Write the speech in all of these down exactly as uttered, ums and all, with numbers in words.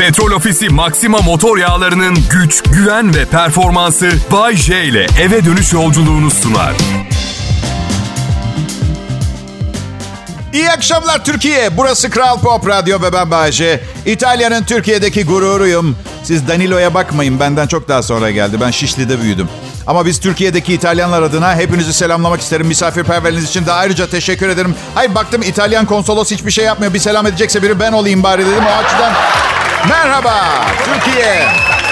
Petrol Ofisi Maxima motor yağlarının güç, güven ve performansı Bay J ile eve dönüş yolculuğunu sunar. İyi akşamlar Türkiye. Burası Kral Pop Radyo ve ben Bay J. İtalya'nın Türkiye'deki gururuyum. Siz Danilo'ya bakmayın. Benden çok daha sonra geldi. Ben Şişli'de büyüdüm. Ama biz Türkiye'deki İtalyanlar adına hepinizi selamlamak isterim. Misafirperverliğiniz için de ayrıca teşekkür ederim. Hayır, baktım İtalyan konsolos hiçbir şey yapmıyor. Bir selam edecekse biri ben olayım bari dedim. O açıdan merhaba Türkiye.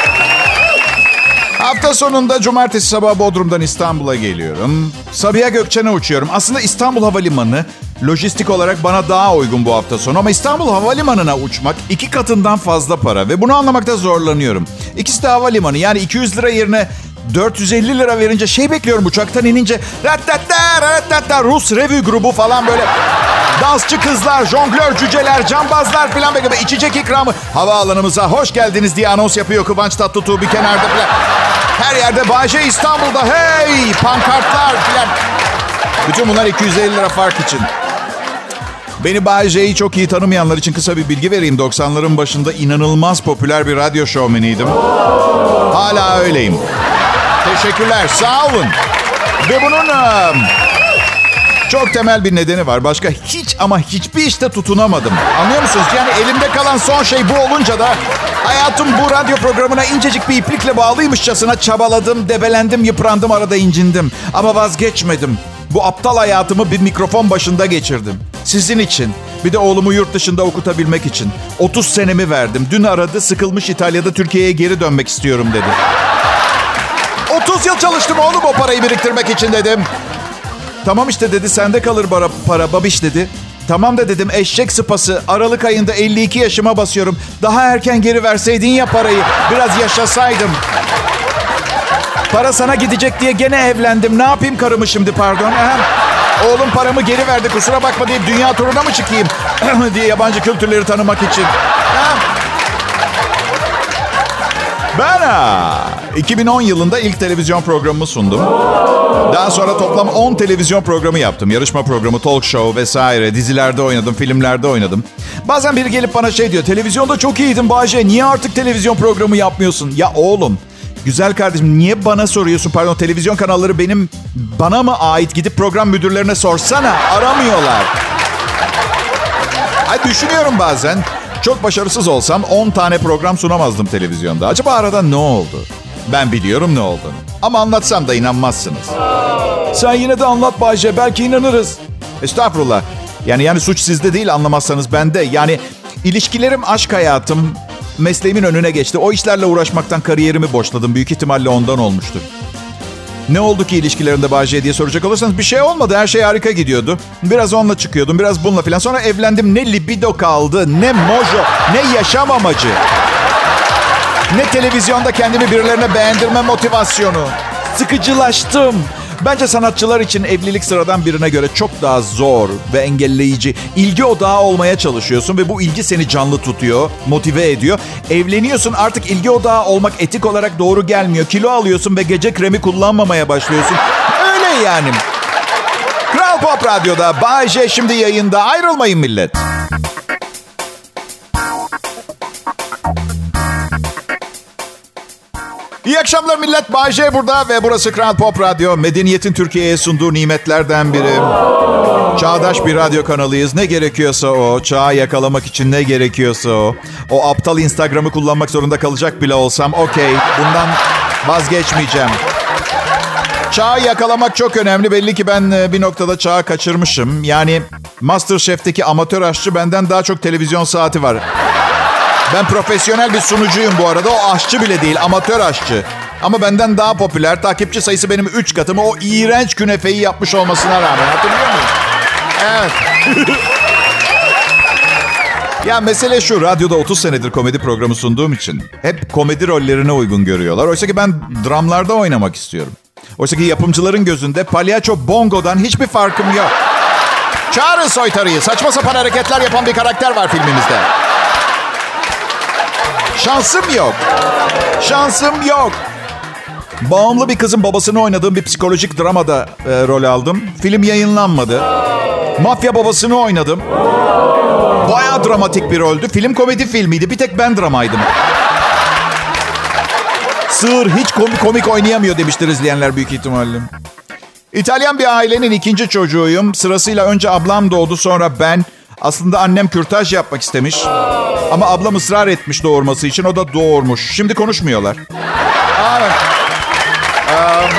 Hafta sonunda cumartesi sabahı Bodrum'dan İstanbul'a geliyorum. Sabiha Gökçen'e uçuyorum. Aslında İstanbul Havalimanı lojistik olarak bana daha uygun bu hafta sonu. Ama İstanbul Havalimanı'na uçmak iki katından fazla para. Ve bunu anlamakta zorlanıyorum. İkisi de havalimanı. Yani iki yüz lira yerine dört yüz elli lira verince şey bekliyorum uçaktan inince. Ratata, ratata, Rus revü grubu falan böyle. Dansçı kızlar, jonglör cüceler, cambazlar falan böyle içecek ikramı. Havaalanımıza hoş geldiniz diye anons yapıyor Kıvanç Tatlıtuğ bir kenarda falan. Her yerde Bay J İstanbul'da hey pankartlar falan. Bütün bunlar iki yüz elli lira fark için. Beni Bay J'yi çok iyi tanımayanlar için kısa bir bilgi vereyim. doksanların başında inanılmaz popüler bir radyo şovmeniydim. Hala öyleyim. Teşekkürler, sağ olun. Ve bunun um, çok temel bir nedeni var. Başka hiç ama hiçbir işte tutunamadım. Anlıyor musunuz? Yani elimde kalan son şey bu olunca da hayatım bu radyo programına incecik bir iplikle bağlıymışçasına çabaladım, debelendim, yıprandım, arada incindim. Ama vazgeçmedim. Bu aptal hayatımı bir mikrofon başında geçirdim. Sizin için. Bir de oğlumu yurt dışında okutabilmek için. otuz senemi verdim. Dün aradı, sıkılmış İtalya'da Türkiye'ye geri dönmek istiyorum dedi. otuz yıl çalıştım oğlum o parayı biriktirmek için dedim. Tamam işte dedi, sende kalır para, para babiş dedi. Tamam da dedim, eşek sıpası. Aralık ayında elli iki yaşıma basıyorum. Daha erken geri verseydin ya parayı. Biraz yaşasaydım. Para sana gidecek diye gene evlendim. Ne yapayım karımı şimdi pardon. Aha. Oğlum paramı geri verdi kusura bakma deyip dünya turuna mı çıkayım? diye yabancı kültürleri tanımak için. Ha. Ben ha, iki bin on yılında ilk televizyon programımı sundum. Daha sonra toplam on televizyon programı yaptım. Yarışma programı, talk show vesaire. Dizilerde oynadım, filmlerde oynadım. Bazen biri gelip bana şey diyor. Televizyonda çok iyiydin Bay J. Niye artık televizyon programı yapmıyorsun? Ya oğlum, güzel kardeşim niye bana soruyorsun? Pardon, televizyon kanalları benim bana mı ait? Gidip program müdürlerine sorsana. Aramıyorlar. Ay düşünüyorum bazen. Çok başarısız olsam on tane program sunamazdım televizyonda. Acaba arada ne oldu? Ben biliyorum ne olduğunu. Ama anlatsam da inanmazsınız. Sen yine de anlat Bay J, belki inanırız. Estağfurullah. Yani yani suç sizde değil, anlamazsanız bende. Yani ilişkilerim, aşk hayatım mesleğimin önüne geçti. O işlerle uğraşmaktan kariyerimi boşladım. Büyük ihtimalle ondan olmuştur. Ne oldu ki ilişkilerinde Bay J diye soracak olursanız bir şey olmadı. Her şey harika gidiyordu. Biraz onunla çıkıyordum, biraz bununla falan. Sonra evlendim. Ne libido kaldı, ne mojo, ne yaşam amacı. Ne televizyonda kendimi birilerine beğendirme motivasyonu. Sıkıcılaştım. Bence sanatçılar için evlilik sıradan birine göre çok daha zor ve engelleyici. İlgi odağı olmaya çalışıyorsun ve bu ilgi seni canlı tutuyor, motive ediyor. Evleniyorsun, artık ilgi odağı olmak etik olarak doğru gelmiyor. Kilo alıyorsun ve gece kremi kullanmamaya başlıyorsun. Öyle yani. Kral Pop Radyo'da Bay J şimdi yayında. Ayrılmayın millet. İyi akşamlar millet. Bay J burada ve burası Kral Pop Radyo. Medeniyetin Türkiye'ye sunduğu nimetlerden biri. Çağdaş bir radyo kanalıyız. Ne gerekiyorsa o. Çağı yakalamak için ne gerekiyorsa o. O aptal Instagram'ı kullanmak zorunda kalacak bile olsam okey. Bundan vazgeçmeyeceğim. Çağı yakalamak çok önemli. Belli ki ben bir noktada çağı kaçırmışım. Yani MasterChef'teki amatör aşçı benden daha çok televizyon saati var. Ben profesyonel bir sunucuyum bu arada. O aşçı bile değil, amatör aşçı. Ama benden daha popüler. Takipçi sayısı benim üç katımı. O iğrenç künefeyi yapmış olmasına rağmen. Hatırlıyor musun? Evet. Ya mesele şu. Radyoda otuz senedir komedi programı sunduğum için hep komedi rollerine uygun görüyorlar. Oysa ki ben dramlarda oynamak istiyorum. Oysa ki yapımcıların gözünde palyaço bongodan hiçbir farkım yok. Çağırın soytarıyı. Saçma sapan hareketler yapan bir karakter var filmimizde. Şansım yok. Şansım yok. Bağımlı bir kızın babasını oynadığım bir psikolojik dramada e, rol aldım. Film yayınlanmadı. Mafya babasını oynadım. Bayağı dramatik bir roldü. Film komedi filmiydi. Bir tek ben dramaydım. Sığır hiç komik, komik oynayamıyor demiştir izleyenler büyük ihtimalle. İtalyan bir ailenin ikinci çocuğuyum. Sırasıyla önce ablam doğdu, sonra ben. Aslında annem kürtaj yapmak istemiş. Ama ablam ısrar etmiş doğurması için. O da doğurmuş. Şimdi konuşmuyorlar. Evet. Um...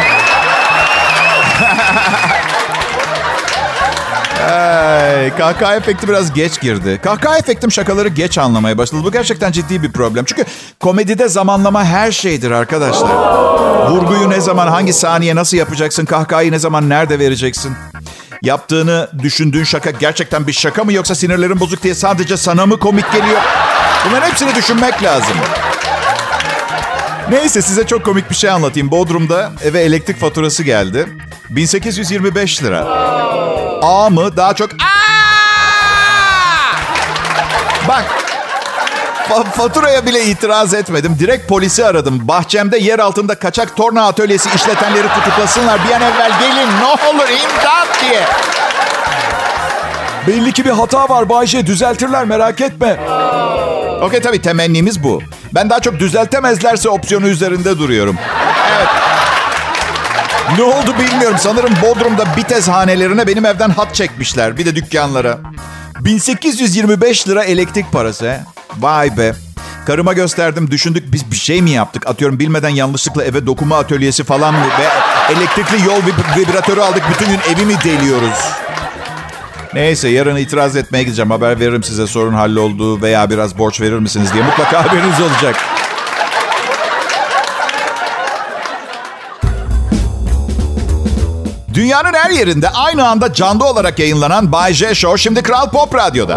Hey, kahkaha efekti biraz geç girdi. Kahkaha efektim şakaları geç anlamaya başladı. Bu gerçekten ciddi bir problem. Çünkü komedide zamanlama her şeydir arkadaşlar. Vurguyu ne zaman, hangi saniye nasıl yapacaksın? Kahkahayı ne zaman, nerede vereceksin? Yaptığını düşündüğün şaka gerçekten bir şaka mı? Yoksa sinirlerin bozuk diye sadece sana mı komik geliyor? Bunların hepsini düşünmek lazım. Neyse, size çok komik bir şey anlatayım. Bodrum'da eve elektrik faturası geldi. bin sekiz yüz yirmi beş lira. A mı? Daha çok Aa! Bak, fa- faturaya bile itiraz etmedim. Direkt polisi aradım. Bahçemde yer altında kaçak torna atölyesi işletenleri tutuklasınlar. Bir an evvel gelin, ne olur imdat diye. Belli ki bir hata var Bayce, düzeltirler, merak etme. Okey, tabii temennimiz bu. Ben daha çok düzeltemezlerse opsiyonu üzerinde duruyorum. Evet. Ne oldu bilmiyorum. Sanırım Bodrum'da Bitez hanelerine benim evden hat çekmişler. Bir de dükkanlara. bin sekiz yüz yirmi beş lira elektrik parası. He? Vay be. Karıma gösterdim. Düşündük biz bir şey mi yaptık? Atıyorum bilmeden yanlışlıkla eve dokuma atölyesi falan mı? Ve elektrikli yol vibratörü aldık. Bütün gün evi mi deliyoruz? Neyse, yarın itiraz etmeye gideceğim. Haber veririm size, sorun halloldu veya biraz borç verir misiniz diye. Mutlaka haberiniz olacak. Dünyanın her yerinde aynı anda canlı olarak yayınlanan Bay J Show şimdi Kral Pop Radyo'da.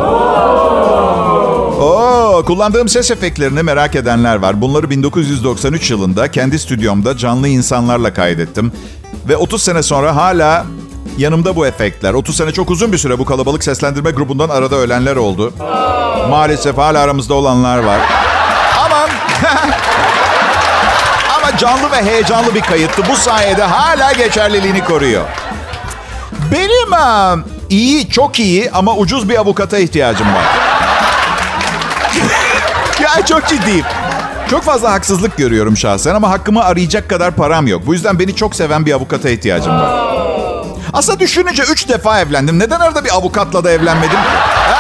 Oo, kullandığım ses efektlerini merak edenler var. Bunları bin dokuz yüz doksan üç yılında kendi stüdyomda canlı insanlarla kaydettim. Ve otuz sene sonra hala yanımda bu efektler. otuz sene çok uzun bir süre. Bu kalabalık seslendirme grubundan arada ölenler oldu. Maalesef hala aramızda olanlar var. Ama... Ama canlı ve heyecanlı bir kayıttı. Bu sayede hala geçerliliğini koruyor. Benim e, iyi, çok iyi ama ucuz bir avukata ihtiyacım var. Ya çok ciddiyim. Çok fazla haksızlık görüyorum şahsen ama hakkımı arayacak kadar param yok. Bu yüzden beni çok seven bir avukata ihtiyacım var. Aslında düşününce üç defa evlendim. Neden arada bir avukatla da evlenmedim ki? Ha?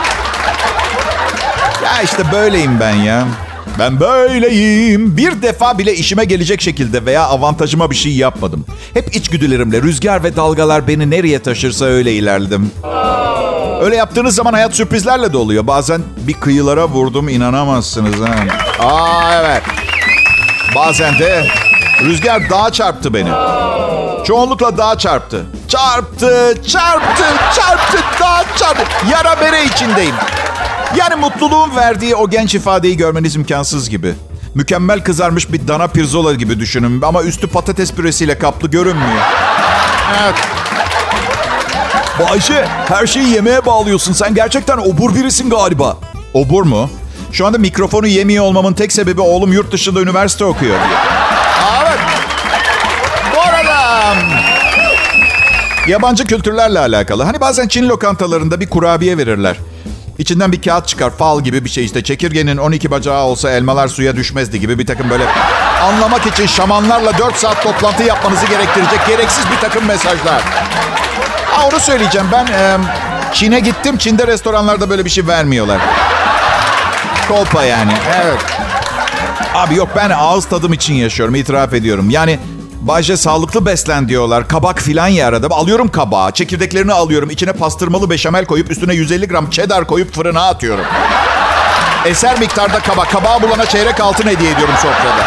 Ya işte böyleyim ben ya. Ben böyleyim. Bir defa bile işime gelecek şekilde veya avantajıma bir şey yapmadım. Hep içgüdülerimle, rüzgar ve dalgalar beni nereye taşırsa öyle ilerledim. Öyle yaptığınız zaman hayat sürprizlerle doluyor. Bazen bir kıyılara vurdum, inanamazsınız. Ha? Aa evet. Bazen de rüzgar dağa çarptı beni. Çoğunlukla dağa çarptı. Çarptı, çarptı, çarptı, dağa çarptı. Yara bere içindeyim. Yani mutluluğun verdiği o genç ifadeyi görmeniz imkansız gibi. Mükemmel kızarmış bir dana pirzola gibi düşünün. Ama üstü patates püresiyle kaplı, görünmüyor. Evet. Bayce, her şeyi yemeğe bağlıyorsun. Sen gerçekten obur birisin galiba. Obur mu? Şu anda mikrofonu yemiyor olmamın tek sebebi oğlum yurt dışında üniversite okuyor diye. Evet. Bu arada... Yabancı kültürlerle alakalı. Hani bazen Çin lokantalarında bir kurabiye verirler. İçinden bir kağıt çıkar, fal gibi bir şey işte. Çekirgenin on iki bacağı olsa elmalar suya düşmezdi gibi bir takım böyle... Anlamak için şamanlarla dört saat toplantı yapmanızı gerektirecek gereksiz bir takım mesajlar. Ha, onu söyleyeceğim. Ben e, Çin'e gittim. Çin'de restoranlarda böyle bir şey vermiyorlar. Kolpa yani. Evet. Abi yok, ben ağız tadım için yaşıyorum, itiraf ediyorum. Yani Bayce sağlıklı beslen diyorlar. Kabak filan ye arada. Alıyorum kabağı. Çekirdeklerini alıyorum. İçine pastırmalı beşamel koyup üstüne yüz elli gram cheddar koyup fırına atıyorum. Eser miktarda kabak. Kabağı bulana çeyrek altın hediye ediyorum sofrada.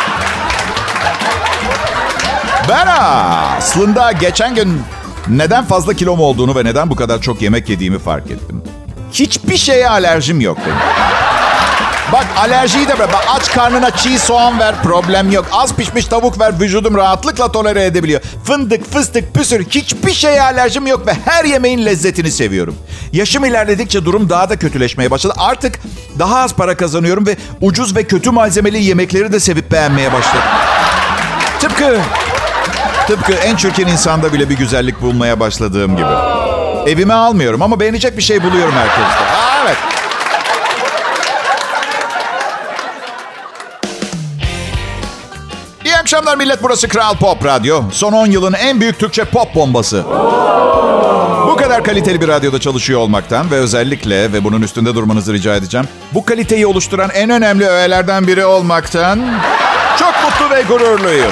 Ben aslında geçen gün neden fazla kilom olduğunu ve neden bu kadar çok yemek yediğimi fark ettim. Hiçbir şeye alerjim yok benim. Bak, alerjiyi de bırak. Aç karnına çiğ soğan ver, problem yok. Az pişmiş tavuk ver, vücudum rahatlıkla tolere edebiliyor. Fındık, fıstık, püsür, hiçbir şeye alerjim yok ve her yemeğin lezzetini seviyorum. Yaşım ilerledikçe durum daha da kötüleşmeye başladı. Artık daha az para kazanıyorum ve ucuz ve kötü malzemeli yemekleri de sevip beğenmeye başladım. Tıpkı, tıpkı en çirkin insanda bile bir güzellik bulmaya başladığım gibi. Evime almıyorum ama beğenecek bir şey buluyorum herkeste. Aa, evet. Evet. İyi akşamlar millet, burası Kral Pop Radyo. Son on yılın en büyük Türkçe pop bombası. Bu kadar kaliteli bir radyoda çalışıyor olmaktan ve özellikle ve bunun üstünde durmanızı rica edeceğim. Bu kaliteyi oluşturan en önemli öğelerden biri olmaktan çok mutlu ve gururluyum.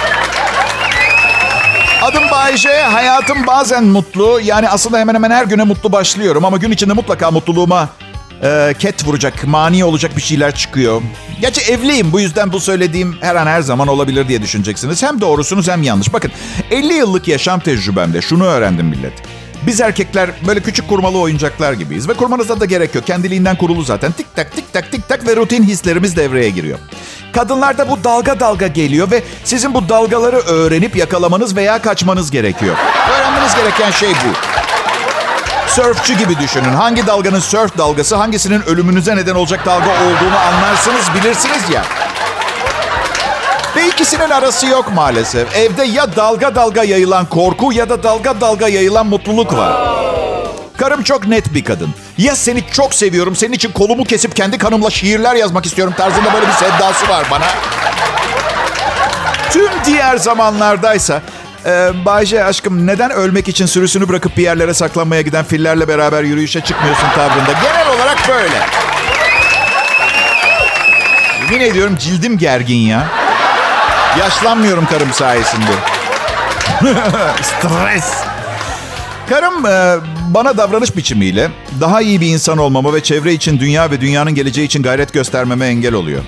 Adım Bay J. Hayatım bazen mutlu. Yani aslında hemen hemen her güne mutlu başlıyorum. Ama gün içinde mutlaka mutluluğuma e, ket vuracak, mani olacak bir şeyler çıkıyor. Gerçi evliyim. Bu yüzden bu söylediğim her an her zaman olabilir diye düşüneceksiniz. Hem doğrusunuz hem yanlış. Bakın elli yıllık yaşam tecrübemde şunu öğrendim millet. Biz erkekler böyle küçük kurmalı oyuncaklar gibiyiz. Ve kurmanıza da gerek yok. Kendiliğinden kurulu zaten. Tik tak tik tak tik tak ve rutin hislerimiz devreye giriyor. Kadınlarda bu dalga dalga geliyor ve sizin bu dalgaları öğrenip yakalamanız veya kaçmanız gerekiyor. Öğrenmeniz gereken şey bu. Sörfçü gibi düşünün. Hangi dalganın sörf dalgası, hangisinin ölümünüze neden olacak dalga olduğunu anlarsınız, bilirsiniz ya. Ve ikisinin arası yok maalesef. Evde ya dalga dalga yayılan korku ya da dalga dalga yayılan mutluluk var. Karım çok net bir kadın. Ya seni çok seviyorum, senin için kolumu kesip kendi kanımla şiirler yazmak istiyorum tarzında böyle bir sevdası var bana. Tüm diğer zamanlardaysa... Ee, Bayce aşkım neden ölmek için sürüsünü bırakıp bir yerlere saklanmaya giden fillerle beraber yürüyüşe çıkmıyorsun tavrında. Genel olarak böyle. Yemin ediyorum cildim gergin ya. Yaşlanmıyorum karım sayesinde. Stres. Karım e, bana davranış biçimiyle daha iyi bir insan olmama ve çevre için, dünya ve dünyanın geleceği için gayret göstermeme engel oluyor.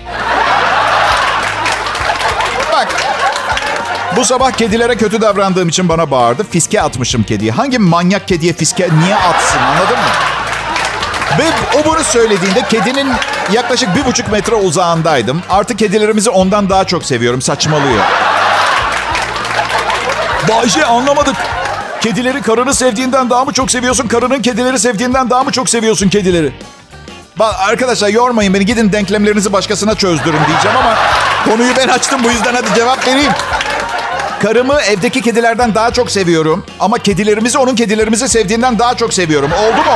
Bak, bu sabah kedilere kötü davrandığım için bana bağırdı. Fiske atmışım kediye. Hangi manyak kediye fiske niye atsın, anladın mı? Ve o bunu söylediğinde kedinin yaklaşık bir buçuk metre uzağındaydım. Artık kedilerimizi ondan daha çok seviyorum. Saçmalıyor. Bayce anlamadık. Kedileri karını sevdiğinden daha mı çok seviyorsun? Karının kedileri sevdiğinden daha mı çok seviyorsun kedileri? Bak arkadaşlar yormayın beni. Gidin denklemlerinizi başkasına çözdürün diyeceğim ama konuyu ben açtım, bu yüzden hadi cevap vereyim. Karımı evdeki kedilerden daha çok seviyorum. Ama kedilerimizi onun kedilerimizi sevdiğinden daha çok seviyorum. Oldu mu?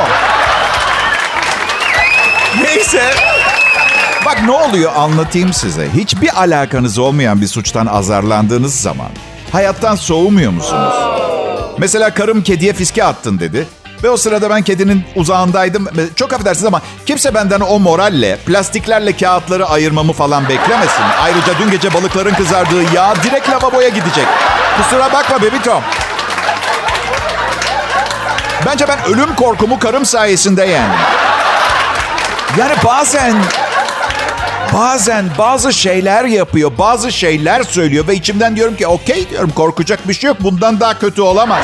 Neyse. Bak ne oluyor anlatayım size. Hiçbir alakanız olmayan bir suçtan azarlandığınız zaman hayattan soğumuyor musunuz? Mesela karım kediye fiske attın dedi. Ve o sırada ben kedinin uzağındaydım. Çok affedersiniz ama kimse benden o moralle, plastiklerle kağıtları ayırmamı falan beklemesin. Ayrıca dün gece balıkların kızardığı yağ direkt lavaboya gidecek. Kusura bakma bebitom. Bence ben ölüm korkumu karım sayesinde yendim. Yani bazen... Bazen bazı şeyler yapıyor, bazı şeyler söylüyor ve içimden diyorum ki okey diyorum, korkacak bir şey yok. Bundan daha kötü olamaz.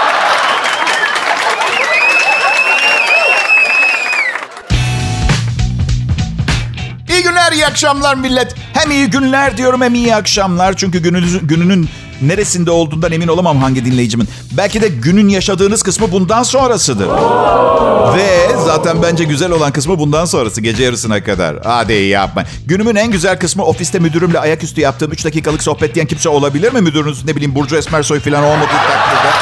İyi günler, iyi akşamlar millet. Hem iyi günler diyorum hem iyi akşamlar. Çünkü gününüz, gününün neresinde olduğundan emin olamam hangi dinleyicimin. Belki de günün yaşadığınız kısmı bundan sonrasıdır. Ve zaten bence güzel olan kısmı bundan sonrası, gece yarısına kadar. Hadi yapma. Günümün en güzel kısmı ofiste müdürümle ayaküstü yaptığım üç dakikalık sohbet diyen kimse olabilir mi? Müdürünüz ne bileyim Burcu Esmersoy falan olmadığı takdirde.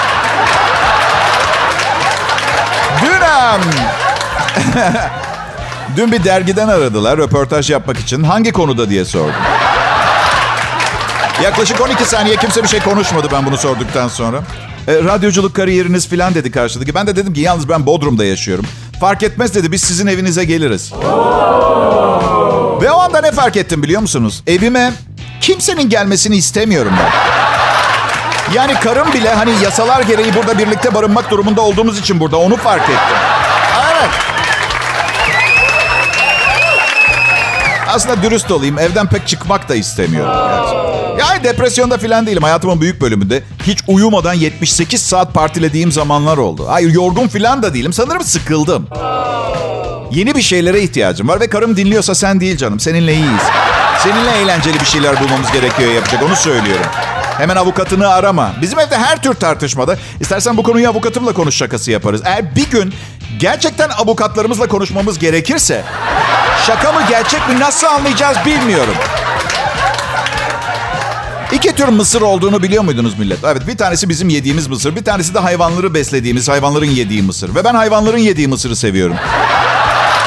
Dün, Dün bir dergiden aradılar röportaj yapmak için. Hangi konuda diye sordum. Yaklaşık on iki saniye kimse bir şey konuşmadı ben bunu sorduktan sonra. E, radyoculuk kariyeriniz falan dedi karşıdaki. Ben de dedim ki yalnız ben Bodrum'da yaşıyorum. Fark etmez dedi, biz sizin evinize geliriz. Ve o anda ne fark ettim biliyor musunuz? Evime kimsenin gelmesini istemiyorum ben. Yani karım bile hani yasalar gereği burada birlikte barınmak durumunda olduğumuz için burada, onu fark ettim. Evet. Aslında dürüst olayım, evden pek çıkmak da istemiyorum gerçekten. Yani depresyonda falan değilim. Hayatımın büyük bölümünde hiç uyumadan yetmiş sekiz saat partilediğim zamanlar oldu. Hayır, yorgun falan da değilim. Sanırım sıkıldım. Yeni bir şeylere ihtiyacım var ve karım dinliyorsa sen değil canım. Seninle iyiyiz. Seninle eğlenceli bir şeyler bulmamız gerekiyor yapacak. Onu söylüyorum. Hemen avukatını arama. Bizim evde her tür tartışmada istersen bu konuyu avukatımla konuş şakası yaparız. Eğer bir gün gerçekten avukatlarımızla konuşmamız gerekirse şaka mı gerçek mi nasıl anlayacağız bilmiyorum. İki tür mısır olduğunu biliyor muydunuz millet? Evet, bir tanesi bizim yediğimiz mısır. Bir tanesi de hayvanları beslediğimiz, hayvanların yediği mısır. Ve ben hayvanların yediği mısırı seviyorum.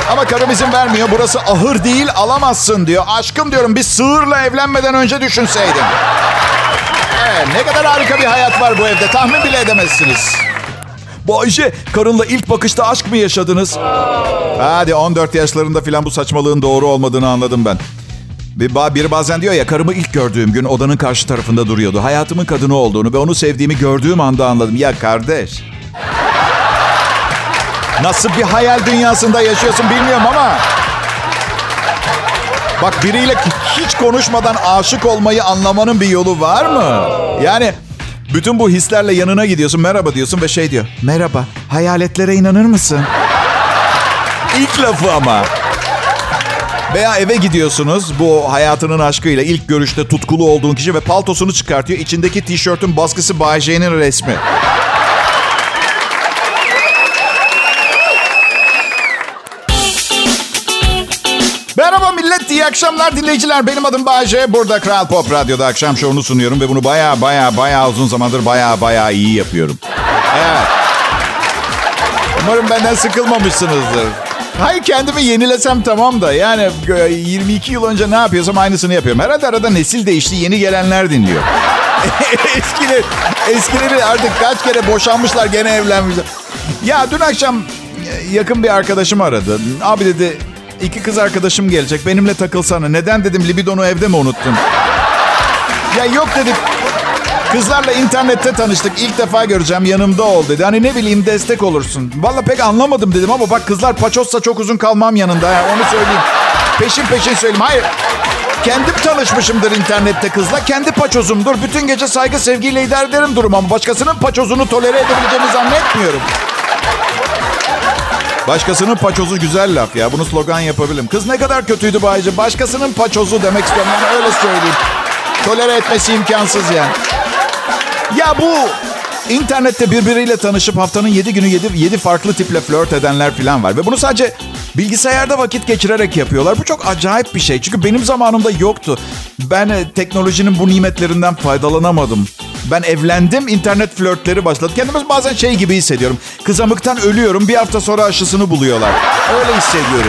Ama karım izin vermiyor. Burası ahır değil, alamazsın diyor. Aşkım diyorum, bir sığırla evlenmeden önce düşünseydin. Evet, ne kadar harika bir hayat var bu evde. Tahmin bile edemezsiniz. Bayce, karınla ilk bakışta aşk mı yaşadınız? Hadi on dört yaşlarında falan bu saçmalığın doğru olmadığını anladım ben. Bir biri bazen diyor ya, karımı ilk gördüğüm gün odanın karşı tarafında duruyordu. Hayatımın kadını olduğunu ve onu sevdiğimi gördüğüm anda anladım. Ya kardeş, nasıl bir hayal dünyasında yaşıyorsun bilmiyorum ama... Bak, biriyle hiç konuşmadan aşık olmayı anlamanın bir yolu var mı? Yani bütün bu hislerle yanına gidiyorsun, merhaba diyorsun ve şey diyor. Merhaba, hayaletlere inanır mısın? İlk lafı ama. Veya eve gidiyorsunuz bu hayatının aşkıyla, ilk görüşte tutkulu olduğun kişi ve paltosunu çıkartıyor. İçindeki tişörtün baskısı Bay J'nin resmi. Merhaba millet, iyi akşamlar dinleyiciler. Benim adım Bay J. Burada Kral Pop Radyo'da akşam şovunu sunuyorum ve bunu baya baya baya uzun zamandır baya baya iyi yapıyorum. Evet. Umarım benden sıkılmamışsınızdır. Hayır, kendimi yenilesem tamam da yani yirmi iki yıl önce ne yapıyorsam aynısını yapıyorum. Herhalde arada nesil değişti, yeni gelenler dinliyor. Eskileri, eskileri artık kaç kere boşanmışlar, gene evlenmişler. Ya dün akşam yakın bir arkadaşım aradı. Abi dedi, iki kız arkadaşım gelecek, benimle takılsana. Neden dedim, libidonu evde mi unuttun? Ya yok dedi, kızlarla internette tanıştık, ilk defa göreceğim, yanımda ol dedi. Hani ne bileyim, destek olursun. Vallahi pek anlamadım dedim ama bak, kızlar paçozsa çok uzun kalmam yanında. Yani onu söyleyeyim. Peşin peşin söyleyeyim. Hayır, kendim tanışmışımdır internette kızla. Kendi paçozumdur. Bütün gece saygı sevgiyle idare ederim durum ama başkasının paçozunu tolere edebileceğimi zannetmiyorum. Başkasının paçozu güzel laf ya. Bunu slogan yapabilirim. Kız ne kadar kötüydü Bayce. Başkasının paçozu demek istiyorum. Yani öyle söyleyeyim. Tolere etmesi imkansız yani. Ya bu internette birbiriyle tanışıp haftanın yedi günü yedi, yedi farklı tiple flört edenler falan var. Ve bunu sadece bilgisayarda vakit geçirerek yapıyorlar. Bu çok acayip bir şey. Çünkü benim zamanımda yoktu. Ben teknolojinin bu nimetlerinden faydalanamadım. Ben evlendim, internet flörtleri başladı. Kendimiz bazen şey gibi hissediyorum. Kızamıktan ölüyorum, bir hafta sonra aşısını buluyorlar. Öyle hissediyorum.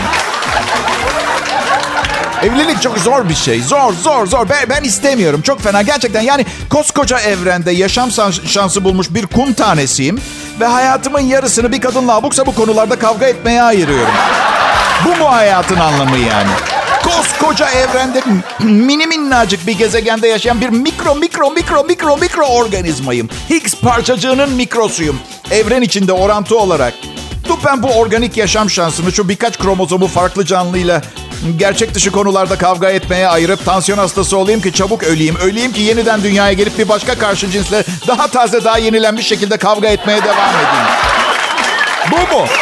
Evlilik çok zor bir şey. Zor, zor, zor. Ben, ben istemiyorum. Çok fena. Gerçekten yani koskoca evrende yaşam şansı bulmuş bir kum tanesiyim. Ve hayatımın yarısını bir kadınla abuk sabuk konularda kavga etmeye ayırıyorum. Bu mu hayatın anlamı yani? Koskoca evrende mini minnacık bir gezegende yaşayan bir mikro mikro mikro mikro mikro organizmayım. Higgs parçacığının mikrosuyum. Evren içinde orantı olarak. Dur, ben bu organik yaşam şansını şu birkaç kromozomu farklı canlıyla gerçek dışı konularda kavga etmeye ayırıp tansiyon hastası olayım ki çabuk öleyim. Öleyim ki yeniden dünyaya gelip bir başka karşı cinsle daha taze, daha yenilenmiş şekilde kavga etmeye devam edeyim. Bu mu?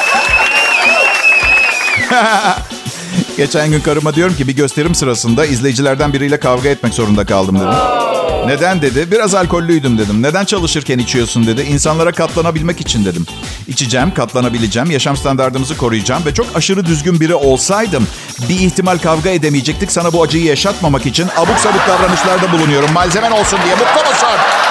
Geçen gün karıma diyorum ki bir gösterim sırasında izleyicilerden biriyle kavga etmek zorunda kaldım dedim. Neden dedi? Biraz alkollüydüm dedim. Neden çalışırken içiyorsun dedi. İnsanlara katlanabilmek için dedim. İçeceğim, katlanabileceğim, yaşam standartımızı koruyacağım ve çok aşırı düzgün biri olsaydım bir ihtimal kavga edemeyecektik. Sana bu acıyı yaşatmamak için abuk sabuk davranışlarda bulunuyorum. Malzemen olsun diye. Mutlu musun?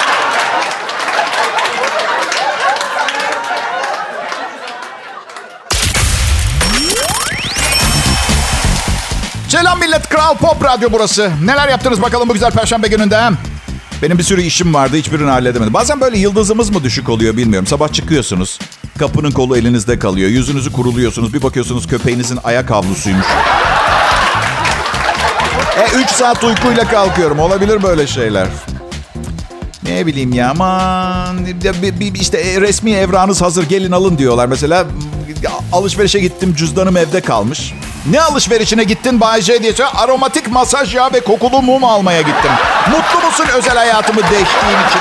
Selam millet, Kral Pop Radyo burası. Neler yaptınız bakalım bu güzel perşembe gününde? He? Benim bir sürü işim vardı, hiçbirini halledemedim. Bazen böyle yıldızımız mı düşük oluyor bilmiyorum. Sabah çıkıyorsunuz, kapının kolu elinizde kalıyor. Yüzünüzü kuruluyorsunuz, bir bakıyorsunuz köpeğinizin ayak havlusuymuş. E üç saat uykuyla kalkıyorum, olabilir böyle şeyler. Ne bileyim ya, aman. İşte resmi evranınız hazır, gelin alın diyorlar. Mesela alışverişe gittim, cüzdanım evde kalmış. Ne alışverişine gittin Bay J diye söylüyor. Aromatik masaj yağı ve kokulu mum almaya gittim. Mutlu musun özel hayatımı değiştiğim için?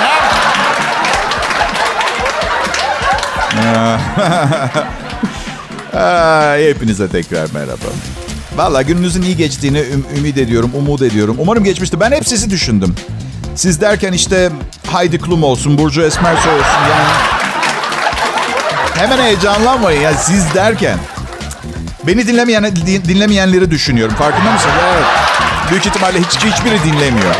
Ha? Hepinize tekrar merhaba. Vallahi gününüzün iyi geçtiğini üm- ümit ediyorum, umut ediyorum. Umarım geçmişti. Ben hep sizi düşündüm. Siz derken işte Heidi Klum olsun, Burcu Esmersoy olsun yani. Hemen heyecanlanmayın ya, siz derken. Beni dinlemeyen, dinlemeyenleri düşünüyorum. Farkında mısınız? Evet. Büyük ihtimalle hiç, hiçbiri dinlemiyor.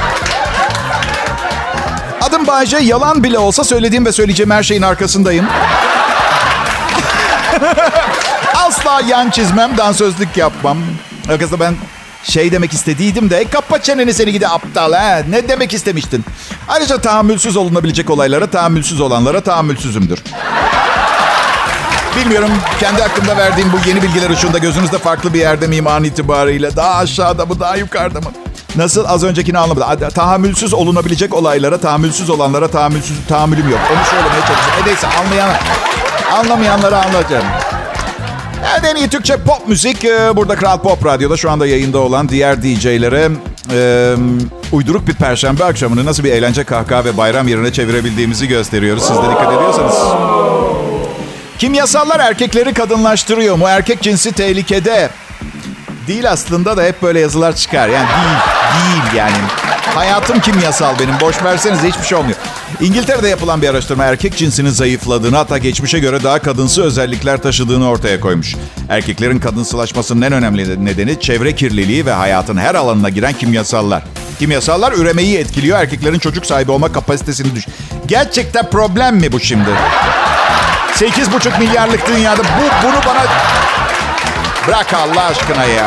Adım Bay J. Yalan bile olsa söylediğim ve söyleyeceğim her şeyin arkasındayım. Al Asla yan çizmem, dansözlük yapmam. Arkasında ben şey demek istediydim de kapa çeneni seni gidi aptal ha. Ne demek istemiştin? Ayrıca tahammülsüz olunabilecek olaylara, tahammülsüz olanlara tahammülsüzümdür. Bilmiyorum, kendi hakkımda verdiğim bu yeni bilgiler ışığında gözünüzde farklı bir yerde miyim an itibariyle? Daha aşağıda mı, daha yukarıda mı? Nasıl? Az öncekini anlamadım. Tahammülsüz olunabilecek olaylara, tahammülsüz olanlara tahammülsüz, tahammülüm yok. Onu söylemeye çalışıyorum. E neyse, anlayan, anlamayanlara anlatacağım. Yani en iyi Türkçe pop müzik burada Kral Pop Radyo'da şu anda yayında olan diğer D J'lere e, uyduruk bir perşembe akşamını nasıl bir eğlence, kahkaha ve bayram yerine çevirebildiğimizi gösteriyoruz. Siz de dikkat ediyorsanız. Kimyasallar erkekleri kadınlaştırıyor mu? Erkek cinsi tehlikede. Değil aslında da hep böyle yazılar çıkar. Yani değil, değil yani. Hayatım kimyasal benim. Boş versenize hiçbir şey olmuyor. İngiltere'de yapılan bir araştırma erkek cinsinin zayıfladığını, hatta geçmişe göre daha kadınsı özellikler taşıdığını ortaya koymuş. Erkeklerin kadınsılaşmasının en önemli nedeni çevre kirliliği ve hayatın her alanına giren kimyasallar. Kimyasallar üremeyi etkiliyor, erkeklerin çocuk sahibi olma kapasitesini düş. Gerçekten problem mi bu şimdi? sekiz buçuk milyarlık dünyada bu bunu bana bırak Allah aşkına ya.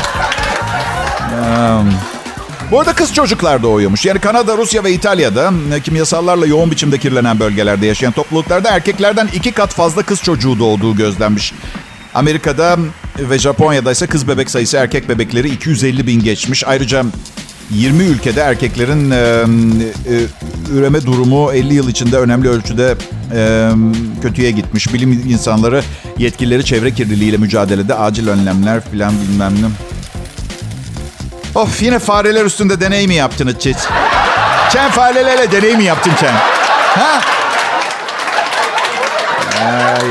Um, bu arada kız çocuklar doğuyormuş. Yani Kanada, Rusya ve İtalya'da kimyasallarla yoğun biçimde kirlenen bölgelerde yaşayan topluluklarda erkeklerden iki kat fazla kız çocuğu doğduğu gözlenmiş. Amerika'da ve Japonya'da ise kız bebek sayısı erkek bebekleri iki yüz elli bin geçmiş. Ayrıca yirmi ülkede erkeklerin e, e, üreme durumu elli yıl içinde önemli ölçüde e, kötüye gitmiş. Bilim insanları yetkilileri çevre kirliliğiyle mücadelede acil önlemler filan bilmem ne. Of, yine fareler üstünde deney mi yaptınız Çet? Çen farelerle deney mi yaptın Çen? Ha? Ay.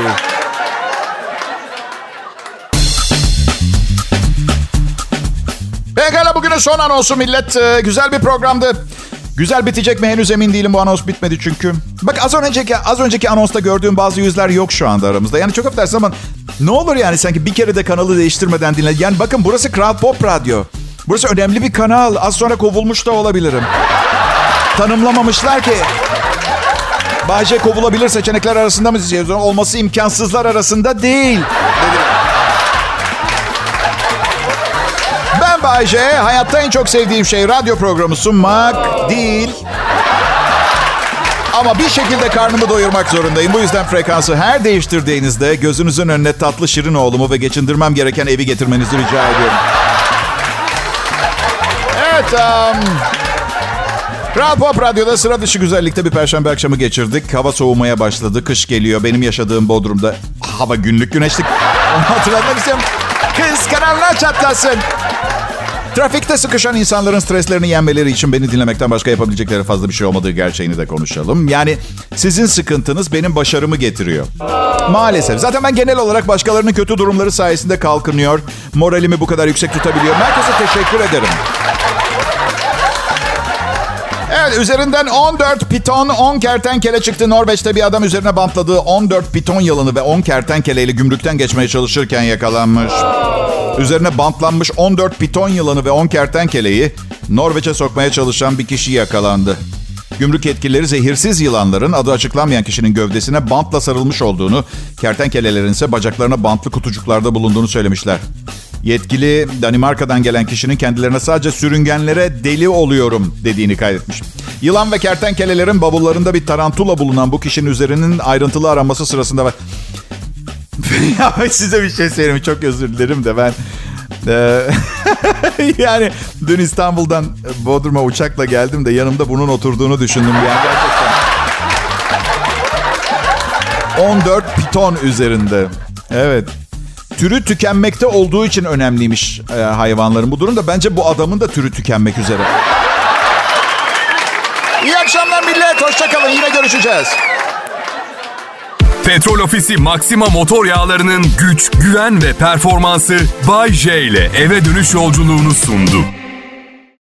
Pekala, bugünün son anonsu millet. Ee, güzel bir programdı. Güzel bitecek mi henüz emin değilim, bu anons bitmedi çünkü. Bak az önceki az önceki anonsta gördüğüm bazı yüzler yok şu anda aramızda. Yani çok affedersin ama ne olur yani sanki bir kere de kanalı değiştirmeden dinle. Yani bakın, burası Kral Pop Radyo. Burası önemli bir kanal. Az sonra kovulmuş da olabilirim. Tanımlamamışlar ki. Bay J kovulabilir seçenekler arasında mı? Olması imkansızlar arasında değil. Dedim. Ben Bay J. Hayatta en çok sevdiğim şey radyo programı sunmak değil. Ama bir şekilde karnımı doyurmak zorundayım. Bu yüzden frekansı her değiştirdiğinizde gözünüzün önüne tatlı şirin oğlumu ve geçindirmem gereken evi getirmenizi rica ediyorum. Evet. Um, Kral Pop Radyo'da sıra dışı güzellikte bir perşembe akşamı geçirdik. Hava soğumaya başladı. Kış geliyor. Benim yaşadığım Bodrum'da hava günlük güneşlik. Onu hatırlatmak istiyorum. Kıskananlar çatlasın. Trafikte sıkışan insanların streslerini yenmeleri için beni dinlemekten başka yapabilecekleri fazla bir şey olmadığı gerçeğini de konuşalım. Yani sizin sıkıntınız benim başarımı getiriyor. Maalesef. Zaten ben genel olarak başkalarının kötü durumları sayesinde kalkınıyor. Moralimi bu kadar yüksek tutabiliyorum. Herkese teşekkür ederim. Evet, üzerinden on dört piton, on kertenkele çıktı. Norveç'te bir adam üzerine bantladığı on dört piton yılanı ve on kertenkeleyle gümrükten geçmeye çalışırken yakalanmış. Üzerine bantlanmış on dört piton yılanı ve on kertenkeleyi Norveç'e sokmaya çalışan bir kişi yakalandı. Gümrük yetkilileri zehirsiz yılanların adı açıklanmayan kişinin gövdesine bantla sarılmış olduğunu, kertenkelelerin ise bacaklarına bantlı kutucuklarda bulunduğunu söylemişler. Yetkili Danimarka'dan gelen kişinin kendilerine sadece sürüngenlere deli oluyorum dediğini kaydetmiş. Yılan ve kertenkelelerin bavullarında bir tarantula bulunan bu kişinin üzerinin ayrıntılı aranması sırasında var. Ya size bir şey söyleyeyim, çok özür dilerim de ben e, yani dün İstanbul'dan Bodrum'a uçakla geldim de yanımda bunun oturduğunu düşündüm yani gerçekten. on dört piton üzerinde. Evet. Türü tükenmekte olduğu için önemliymiş e, hayvanların bu durumda. Bence bu adamın da türü tükenmek üzere. İyi akşamlar millet. Hoşça kalın. Yine görüşeceğiz. Petrol Ofisi Maxima motor yağlarının güç, güven ve performansı Bay J ile eve dönüş yolculuğunu sundu.